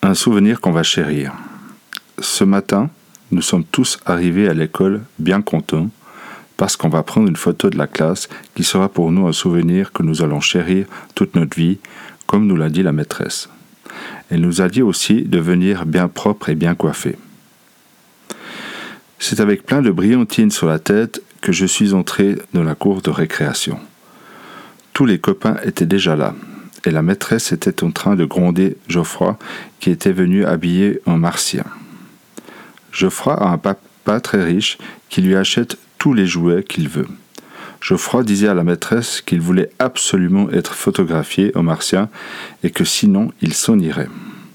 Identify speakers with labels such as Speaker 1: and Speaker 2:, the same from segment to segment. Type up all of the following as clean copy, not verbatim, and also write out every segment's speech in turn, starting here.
Speaker 1: Un souvenir qu'on va chérir. Ce matin, nous sommes tous arrivés à l'école bien contents parce qu'on va prendre une photo de la classe qui sera pour nous un souvenir que nous allons chérir toute notre vie, comme nous l'a dit la maîtresse. Elle nous a dit aussi de venir bien propre et bien coiffé. C'est avec plein de brillantines sur la tête que je suis entré dans la cour de récréation. Tous les copains étaient déjà là. Et la maîtresse était en train de gronder Geoffroy, qui était venu habillé en martien. Geoffroy a un papa très riche qui lui achète tous les jouets qu'il veut. Geoffroy disait à la maîtresse qu'il voulait absolument être photographié en martien et que sinon il s'en irait.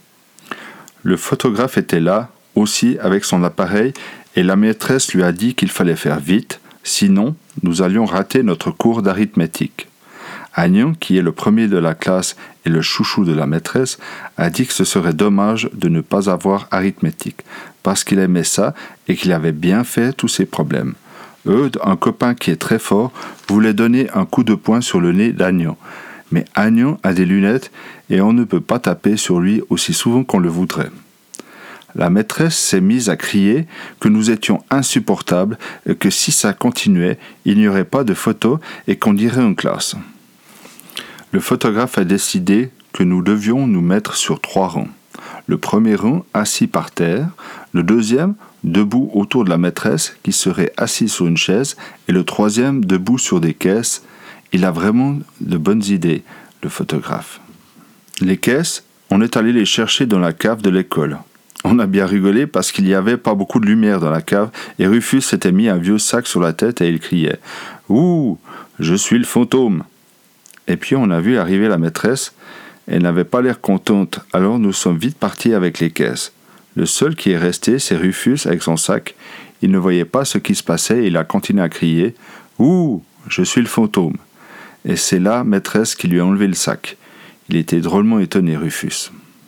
Speaker 1: Le photographe était là, aussi avec son appareil, et la maîtresse lui a dit qu'il fallait faire vite, sinon nous allions rater notre cours d'arithmétique. Agnan, qui est le premier de la classe et le chouchou de la maîtresse, a dit que ce serait dommage de ne pas avoir arithmétique, parce qu'il aimait ça et qu'il avait bien fait tous ses problèmes. Eudes, un copain qui est très fort, voulait donner un coup de poing sur le nez d'Agnan. Mais Agnan a des lunettes et on ne peut pas taper sur lui aussi souvent qu'on le voudrait. La maîtresse s'est mise à crier que nous étions insupportables et que si ça continuait, il n'y aurait pas de photos et qu'on irait en classe. Le photographe a décidé que nous devions nous mettre sur 3 rangs. Le premier rang assis par terre, le deuxième debout autour de la maîtresse qui serait assise sur une chaise et le troisième debout sur des caisses. Il a vraiment de bonnes idées, le photographe. Les caisses, on est allé les chercher dans la cave de l'école. On a bien rigolé parce qu'il n'y avait pas beaucoup de lumière dans la cave et Rufus s'était mis un vieux sac sur la tête et il criait « Ouh, je suis le fantôme !» Et puis on a vu arriver la maîtresse. Elle n'avait pas l'air contente, alors nous sommes vite partis avec les caisses. Le seul qui est resté, c'est Rufus avec son sac. Il ne voyait pas ce qui se passait et il a continué à crier « Ouh, je suis le fantôme !» Et c'est la maîtresse qui lui a enlevé le sac. Il était drôlement étonné, Rufus.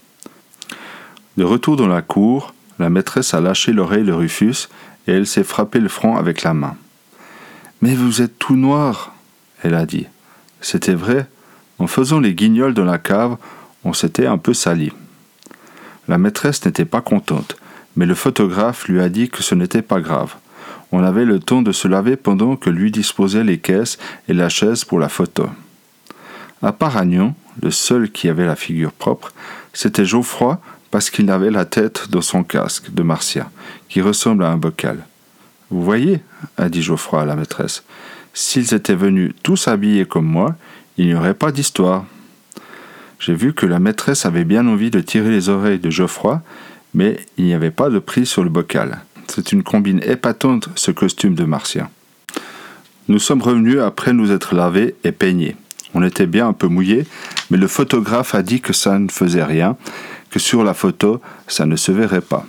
Speaker 1: De retour dans la cour, la maîtresse a lâché l'oreille de Rufus et elle s'est frappé le front avec la main. « Mais vous êtes tout noir !» elle a dit. C'était vrai, en faisant les guignols dans la cave, on s'était un peu sali. La maîtresse n'était pas contente, mais le photographe lui a dit que ce n'était pas grave. On avait le temps de se laver pendant que lui disposait les caisses et la chaise pour la photo. À part Agnan, le seul qui avait la figure propre, c'était Geoffroy parce qu'il avait la tête dans son casque de martien, qui ressemble à un bocal. « Vous voyez » a dit Geoffroy à la maîtresse. S'ils étaient venus tous habillés comme moi, il n'y aurait pas d'histoire. J'ai vu que la maîtresse avait bien envie de tirer les oreilles de Geoffroy, mais il n'y avait pas de prix sur le bocal. C'est une combine épatante, ce costume de martien. Nous sommes revenus après nous être lavés et peignés. On était bien un peu mouillés, mais le photographe a dit que ça ne faisait rien, que sur la photo, ça ne se verrait pas.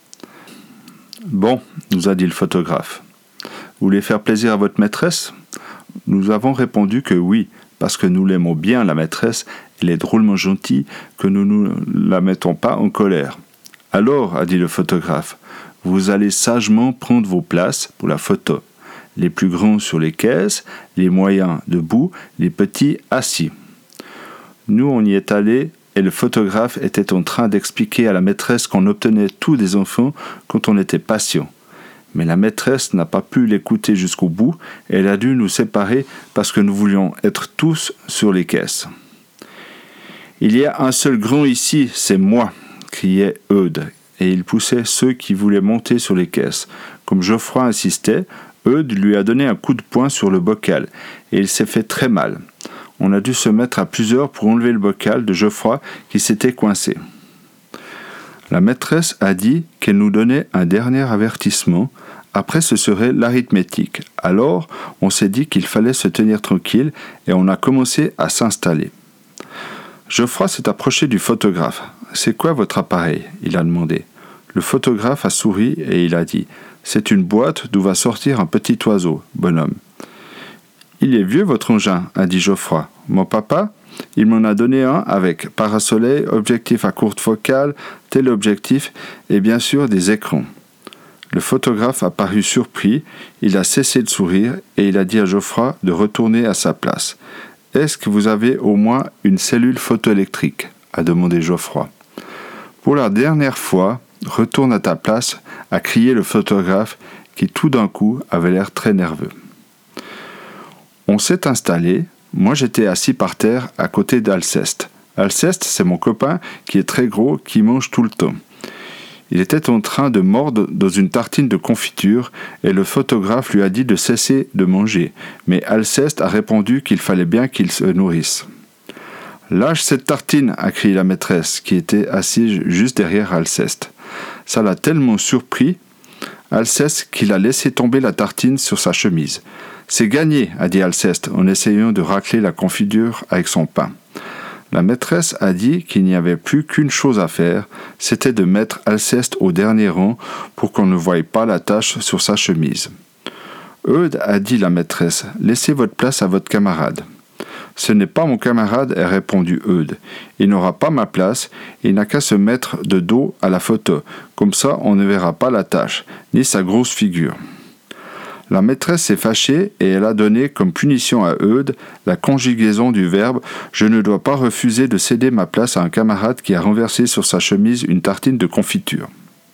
Speaker 1: « Bon, nous a dit le photographe. Vous voulez faire plaisir à votre maîtresse ? » Nous avons répondu que oui, parce que nous l'aimons bien, la maîtresse, elle est drôlement gentille, que nous ne la mettons pas en colère. « Alors, a dit le photographe, vous allez sagement prendre vos places pour la photo. Les plus grands sur les caisses, les moyens debout, les petits assis. » Nous, on y est allés et le photographe était en train d'expliquer à la maîtresse qu'on obtenait tous des enfants quand on était patient. Mais la maîtresse n'a pas pu l'écouter jusqu'au bout et elle a dû nous séparer parce que nous voulions être tous sur les caisses. « Il y a un seul grand ici, c'est moi !» criait Eudes, et il poussait ceux qui voulaient monter sur les caisses. Comme Geoffroy insistait, Eudes lui a donné un coup de poing sur le bocal et il s'est fait très mal. On a dû se mettre à plusieurs pour enlever le bocal de Geoffroy qui s'était coincé. La maîtresse a dit qu'elle nous donnait un dernier avertissement. Après, ce serait l'arithmétique. Alors, on s'est dit qu'il fallait se tenir tranquille et on a commencé à s'installer. Geoffroy s'est approché du photographe. « C'est quoi votre appareil ?» il a demandé. Le photographe a souri et il a dit « C'est une boîte d'où va sortir un petit oiseau, bonhomme. » « Il est vieux votre engin, a dit Geoffroy. Mon papa, il m'en a donné un avec parasoleil, objectif à courte focale, téléobjectif et bien sûr des écrans. » Le photographe a paru surpris, il a cessé de sourire et il a dit à Geoffroy de retourner à sa place. « Est-ce que vous avez au moins une cellule photoélectrique ?» a demandé Geoffroy. « Pour la dernière fois, retourne à ta place, a crié le photographe qui tout d'un coup avait l'air très nerveux. On s'est installé, moi j'étais assis par terre à côté d'Alceste. Alceste, c'est mon copain qui est très gros, qui mange tout le temps. Il était en train de mordre dans une tartine de confiture et le photographe lui a dit de cesser de manger, mais Alceste a répondu qu'il fallait bien qu'il se nourrisse. « Lâche cette tartine !» a crié la maîtresse qui était assise juste derrière Alceste. Ça l'a tellement surpris, Alceste, qu'il a laissé tomber la tartine sur sa chemise. « C'est gagné !» a dit Alceste en essayant de racler la confiture avec son pain. La maîtresse a dit qu'il n'y avait plus qu'une chose à faire, c'était de mettre Alceste au dernier rang pour qu'on ne voie pas la tache sur sa chemise. « Eudes, a dit la maîtresse, laissez votre place à votre camarade. »« Ce n'est pas mon camarade, a répondu Eudes. Il n'aura pas ma place, il n'a qu'à se mettre de dos à la photo, comme ça on ne verra pas la tache, ni sa grosse figure. » La maîtresse s'est fâchée et elle a donné comme punition à Eudes la conjugaison du verbe « Je ne dois pas refuser de céder ma place à un camarade qui a renversé sur sa chemise une tartine de confiture. »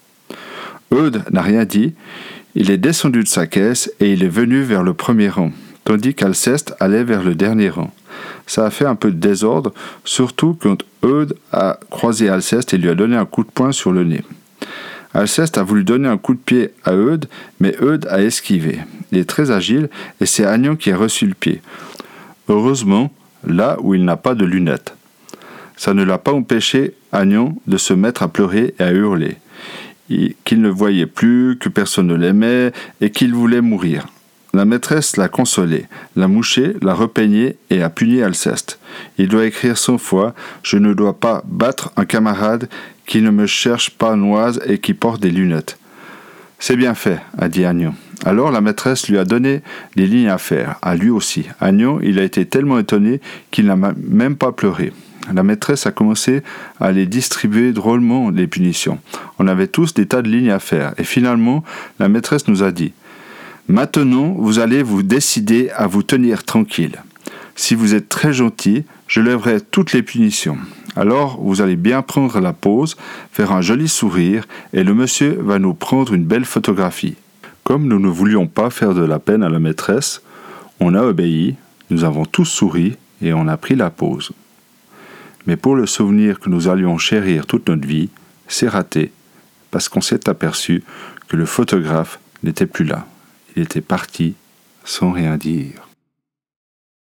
Speaker 1: Eudes n'a rien dit, il est descendu de sa caisse et il est venu vers le premier rang, tandis qu'Alceste allait vers le dernier rang. Ça a fait un peu de désordre, surtout quand Eudes a croisé Alceste et lui a donné un coup de poing sur le nez. Alceste a voulu donner un coup de pied à Eudes, mais Eudes a esquivé. Il est très agile et c'est Agnon qui a reçu le pied. Heureusement, là où il n'a pas de lunettes. Ça ne l'a pas empêché, Agnon, de se mettre à pleurer et à hurler. Qu'il ne voyait plus, que personne ne l'aimait et qu'il voulait mourir. La maîtresse l'a consolé, l'a mouché, l'a repeigné et a puni Alceste. Il doit écrire 100 fois « Je ne dois pas battre un camarade qui ne me cherche pas noise et qui porte des lunettes. » « C'est bien fait, a dit Agnon. Alors la maîtresse lui a donné des lignes à faire, à lui aussi. Agnon, il a été tellement étonné qu'il n'a même pas pleuré. La maîtresse a commencé à les distribuer drôlement, les punitions. On avait tous des tas de lignes à faire. Et finalement, la maîtresse nous a dit « Maintenant, vous allez vous décider à vous tenir tranquille. Si vous êtes très gentil, je lèverai toutes les punitions. Alors, vous allez bien prendre la pause, faire un joli sourire, et le monsieur va nous prendre une belle photographie. » Comme nous ne voulions pas faire de la peine à la maîtresse, on a obéi, nous avons tous souri, et on a pris la pause. Mais pour le souvenir que nous allions chérir toute notre vie, c'est raté, parce qu'on s'est aperçu que le photographe n'était plus là. Il était parti sans rien dire.